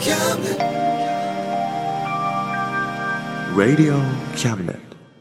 Radio Cabinet。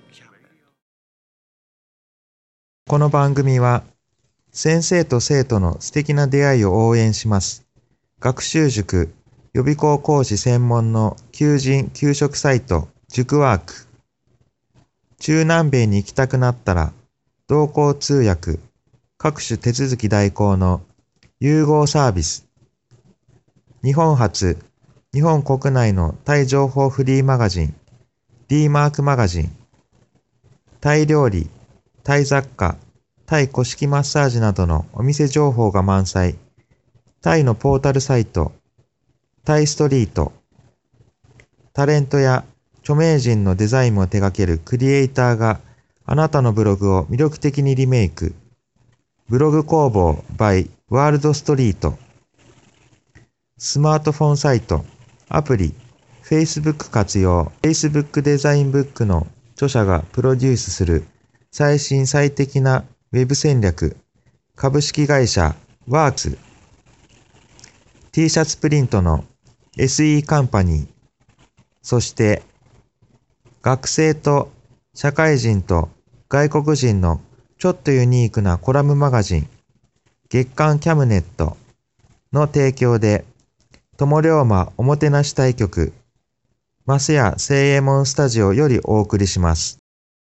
この番組は先生と生徒の素敵な出会いを応援します。学習塾予備校講師専門の求人・給食サイト塾ワーク。中南米に行きたくなったら同行通訳、各種手続き代行の融合サービス。日本初、日本国内のタイ情報フリーマガジン D マークマガジン。タイ料理、タイ雑貨、タイ古式マッサージなどのお店情報が満載。タイのポータルサイト、タイストリート。タレントや著名人のデザインも手掛けるクリエイターがあなたのブログを魅力的にリメイク。ブログ工房 by ワールドストリート。スマートフォンサイト、アプリ、Facebook 活用。Facebook デザインブックの著者がプロデュースする最新最適なウェブ戦略。株式会社ワークス。T シャツプリントの SE カンパニー。そして学生と社会人と外国人のちょっとユニークなコラムマガジン月刊キャムネットの提供で友龍馬おもてなし対局増屋清右衛門スタジオよりお送りします。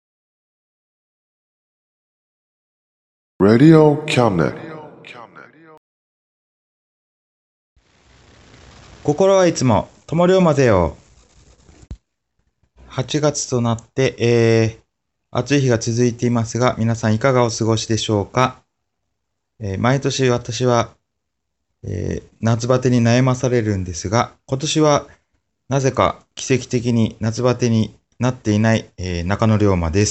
Radio Cabinet。 心はいつも友龍馬ぜよ。8月となって、暑い日が続いていますが、皆さんいかがお過ごしでしょうか。毎年私は、夏バテに悩まされるんですが、今年はなぜか奇跡的に夏バテになっていない、中野龍馬です。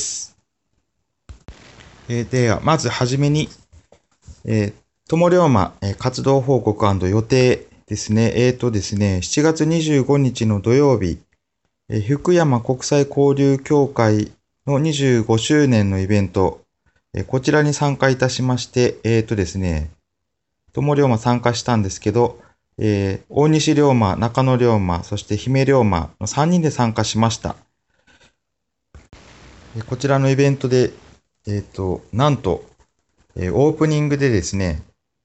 ではまずはじめに、友龍馬、活動報告&予定ですね。ですね、7月25日の土曜日、福山国際交流協会の25周年のイベント、こちらに参加いたしまして、ですね、友龍馬参加したんですけど、大西龍馬、中野龍馬、そして姫龍馬の3人で参加しました。こちらのイベントで、なんと、オープニングでですね、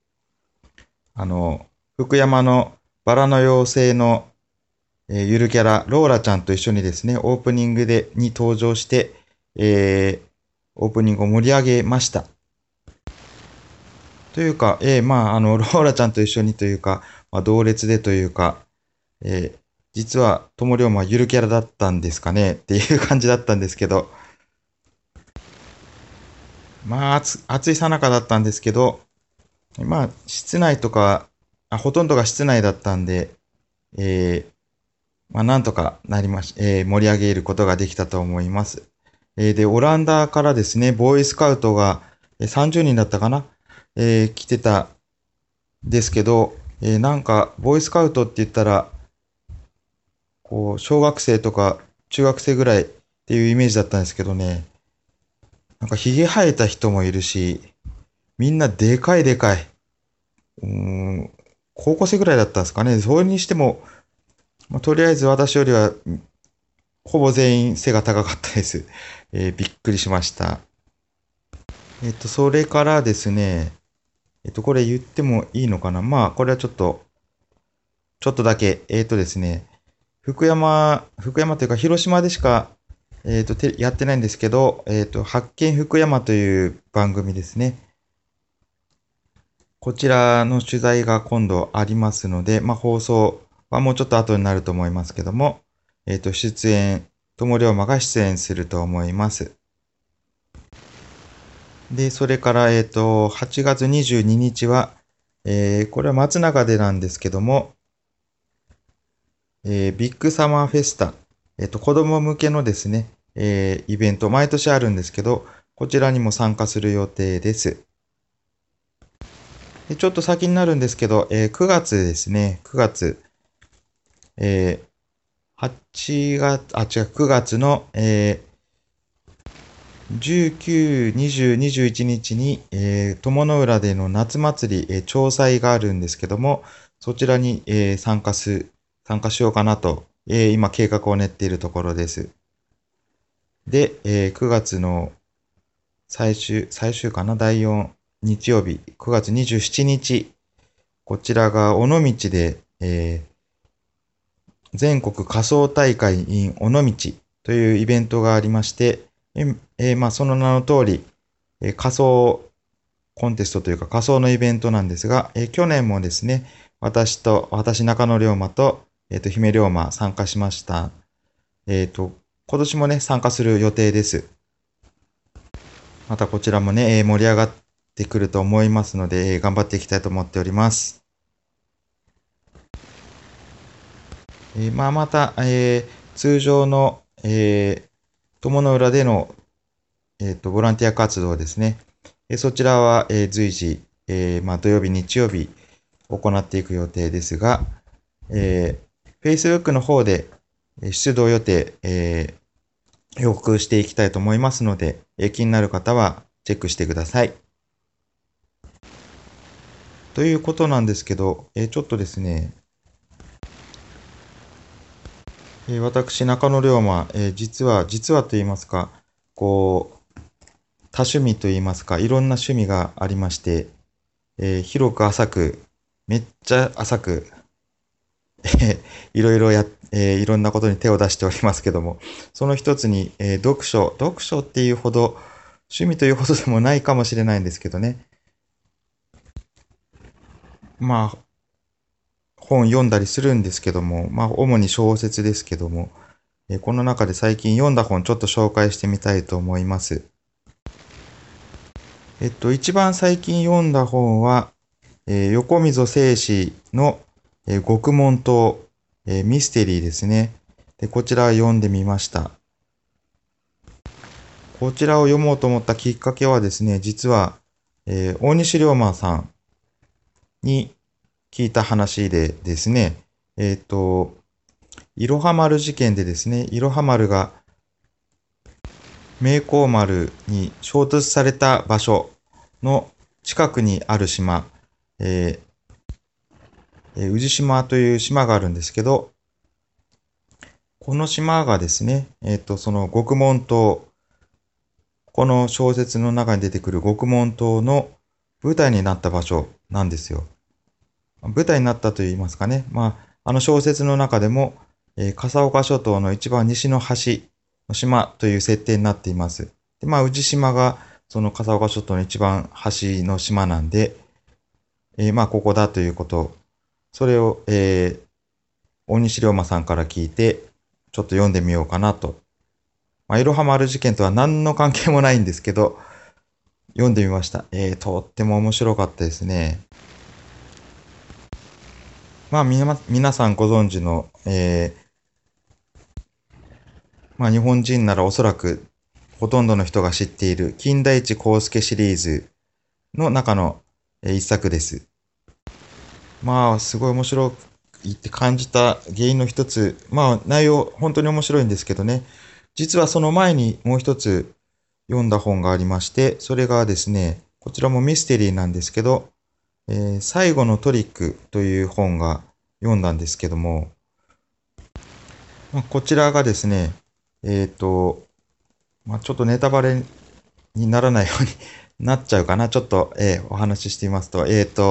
福山のバラの妖精のゆるキャラ、ローラちゃんと一緒にですね、オープニングに登場して、オープニングを盛り上げました。というか、ローラちゃんと一緒にというか、同列でというか、実は、友龍馬はゆるキャラだったんですかねっていう感じだったんですけど、暑い最中だったんですけど、室内とか、ほとんどが室内だったんで、なんとかなりまし、盛り上げることができたと思います。で、オランダからですね、ボーイスカウトが30人だったかな、来てたんですけど、なんか、ボーイスカウトって言ったら、こう、小学生とか中学生ぐらいっていうイメージだったんですけどね、なんか髭生えた人もいるし、みんなでかいでかい。高校生ぐらいだったんですかね。それにしても、とりあえず私よりは、ほぼ全員背が高かったです。びっくりしました。それからですね、これ言ってもいいのかな。これはちょっとだけ、ですね、福山というか広島でしか、やってないんですけど、発見福山という番組ですね。こちらの取材が今度ありますので、放送はもうちょっと後になると思いますけども、出演、友龍馬が出演すると思います。で、それから、8月22日は、これは松永でなんですけども、ビッグサマーフェスタ、子供向けのですね、イベント、毎年あるんですけど、こちらにも参加する予定です。でちょっと先になるんですけど、9月ですね、9月、9月の、19、20、21日に、友の浦での夏祭り、町祭があるんですけども、そちらに、参加す参加しようかなと、今計画を練っているところです。で、9月の最終かな、第4日曜日、9月27日、こちらが尾道で、全国仮装大会 in 尾道というイベントがありまして、その名の通り、仮装コンテストというか仮装のイベントなんですが、去年もですね、私中野龍馬と、姫龍馬参加しました。今年もね、参加する予定です。またこちらもね、盛り上がってくると思いますので、頑張っていきたいと思っております。また、通常の、友の浦での、ボランティア活動ですね。そちらは、随時、土曜日、日曜日行っていく予定ですが、Facebook の方で出動予定、予告していきたいと思いますので、気になる方はチェックしてください。ということなんですけど、ちょっとですね、私、中野龍馬、実はと言いますか、こう、多趣味と言いますか、いろんな趣味がありまして、広く浅く、めっちゃ浅く、いろいろいろんなことに手を出しておりますけども、その一つに、読書っていうほど、趣味というほどでもないかもしれないんですけどね。まあ、本読んだりするんですけども、主に小説ですけども、この中で最近読んだ本ちょっと紹介してみたいと思います。一番最近読んだ本は、横溝正史の、獄門島、ミステリーですね。で、こちら読んでみました。こちらを読もうと思ったきっかけはですね、実は、大西龍馬さんに聞いた話でですね、いろは丸事件でですね、いろは丸が明光丸に衝突された場所の近くにある島、宇治島という島があるんですけど、この島がですね、その獄門島、この小説の中に出てくる獄門島の舞台になった場所なんですよ。舞台になったと言いますかね。あの小説の中でも、笠岡諸島の一番西の端の島という設定になっています。で、宇治島がその笠岡諸島の一番端の島なんで、ここだということ、それを、大西龍馬さんから聞いて、ちょっと読んでみようかなと。いろは丸事件とは何の関係もないんですけど、読んでみました。とっても面白かったですね。皆さんご存知の、日本人ならおそらくほとんどの人が知っている金田一耕助シリーズの中の、一作です。すごい面白いって感じた原因の一つ、内容本当に面白いんですけどね、実はその前にもう一つ読んだ本がありまして、それがですね、こちらもミステリーなんですけど、最後のトリックという本が読んだんですけども、こちらがですね、ちょっとネタバレにならないようになっちゃうかな。ちょっと、お話ししてみますと、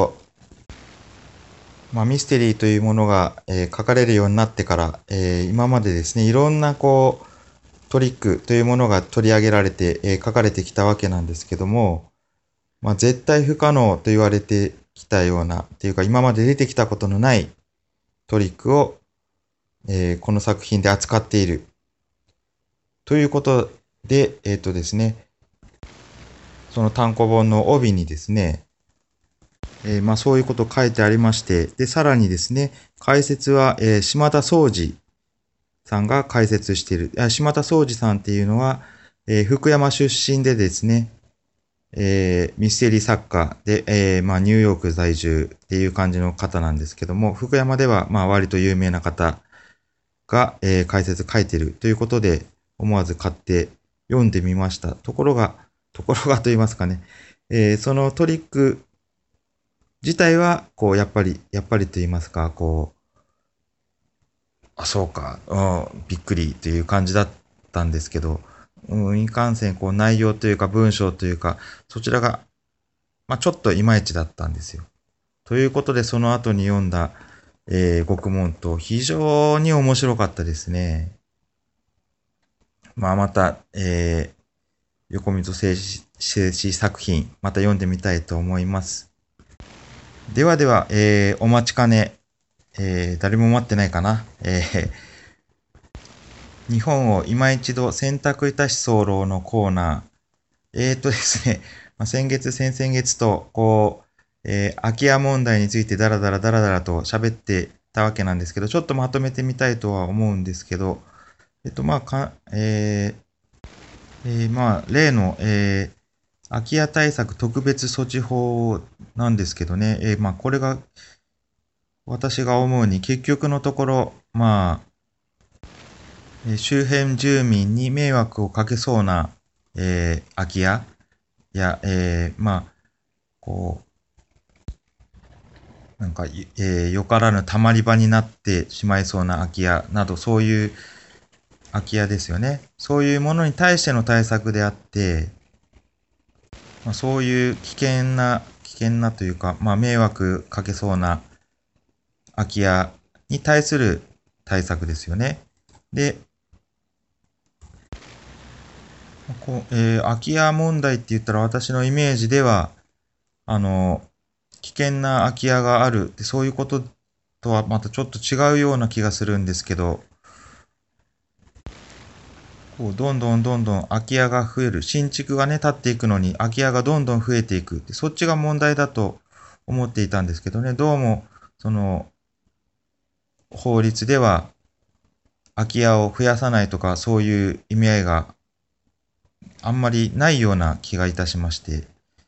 ミステリーというものが、書かれるようになってから、今までですね、いろんなトリックというものが取り上げられて、書かれてきたわけなんですけども、絶対不可能と言われてきたような、っていうか今まで出てきたことのないトリックを、この作品で扱っている。ということで、ですね、その単行本の帯にですね、そういうこと書いてありまして、で、さらにですね、解説は、島田総司さんが解説している。島田総司さんっていうのは、福山出身でですね、ミステリー作家で、ニューヨーク在住っていう感じの方なんですけども、福山では、割と有名な方が、解説書いてるということで、思わず買って読んでみました。ところがと言いますかね、そのトリック自体は、やっぱりと言いますか、 そうか、びっくりという感じだったんですけど、いかんせん内容というか文章というか、そちらが、ちょっといまいちだったんですよ。ということで、その後に読んだ、獄門と非常に面白かったですね。また、横溝静止作品、また読んでみたいと思います。ではでは、お待ちかね、誰も待ってないかな。日本を今一度選択いたし候のコーナー。ですね、先月、先々月と、空き家問題についてダラダラと喋ってたわけなんですけど、ちょっとまとめてみたいとは思うんですけど、例の、空き家対策特別措置法なんですけどね、これが私が思うに結局のところ、周辺住民に迷惑をかけそうな、空き家や、こう、よからぬ溜まり場になってしまいそうな空き家など、そういう空き家ですよね。そういうものに対しての対策であって、そういう危険なというか、迷惑かけそうな空き家に対する対策ですよね。で、空き家問題って言ったら私のイメージでは、危険な空き家がある。そういうこととはまたちょっと違うような気がするんですけど、どんどん空き家が増える。新築がね、建っていくのに空き家がどんどん増えていく。そっちが問題だと思っていたんですけどね、どうも、法律では空き家を増やさないとか、そういう意味合いがあんまりないような気がいたしまして。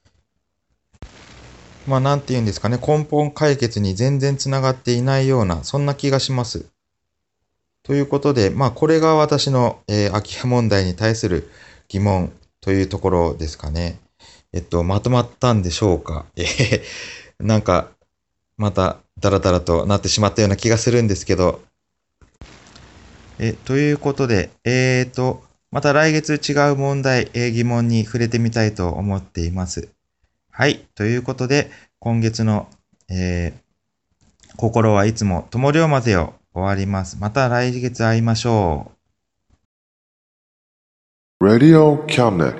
なんて言うんですかね、根本解決に全然つながっていないような、そんな気がします。ということで、これが私の、空き家問題に対する疑問というところですかね。まとまったんでしょうか。なんか、また、ダラダラとなってしまったような気がするんですけど。ということで、また来月違う問題、疑問に触れてみたいと思っています。はい。ということで、今月の、心はいつも灯を混ぜよ終わります。また来月会いましょう。Radio Cabinet。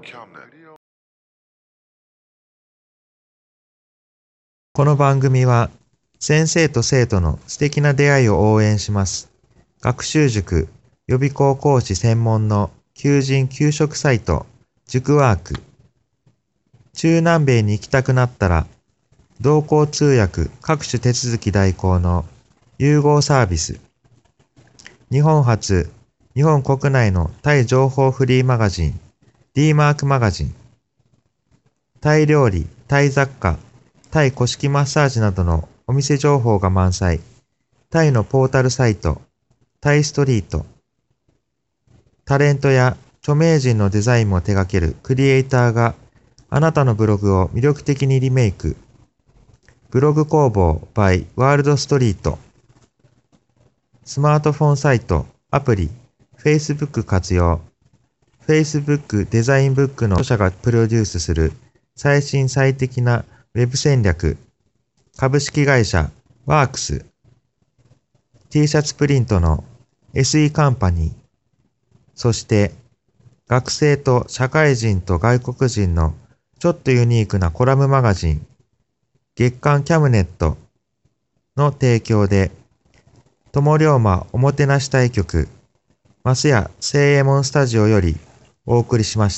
この番組は、先生と生徒の素敵な出会いを応援します。学習塾予備校講師専門の求人・求職サイト、塾ワーク。中南米に行きたくなったら、同行通訳各種手続き代行の融合サービス。日本初、日本国内のタイ情報フリーマガジン、D マークマガジン。タイ料理、タイ雑貨、タイ古式マッサージなどのお店情報が満載。タイのポータルサイト、タイストリート。タレントや著名人のデザインも手掛けるクリエイターがあなたのブログを魅力的にリメイク。ブログ工房 by ワールドストリート。スマートフォンサイト、アプリ、Facebook 活用。Facebook デザインブックの著者がプロデュースする最新最適なウェブ戦略。株式会社ワークス。T シャツプリントの SE カンパニー。そして学生と社会人と外国人のちょっとユニークなコラムマガジン月刊キャムネットの提供で友龍馬おもてなし対局増屋正右衛門スタジオよりお送りしました。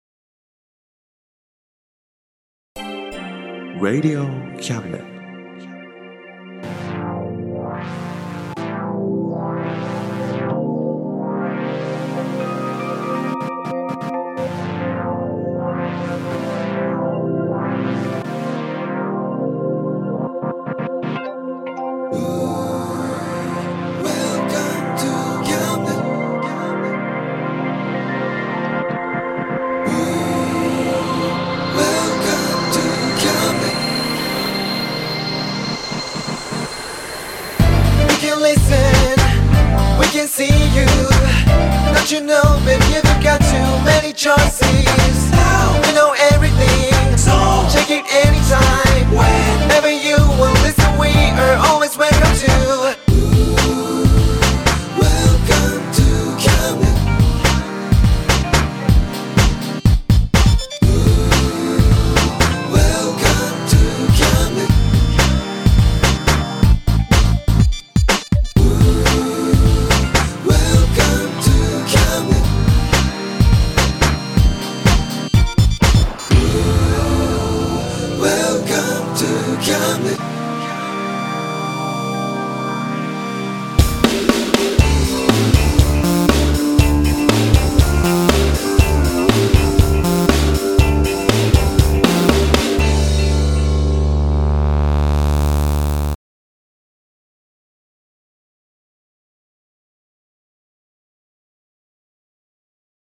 Radio Cabinet。 you know, baby, you've got too many choices. You know everything, so check it anytime. Whenever you will listen, we are always welcome to. Welcome to Camden. Welcome to Camden. Welcome to Camden. Welcome to Camden.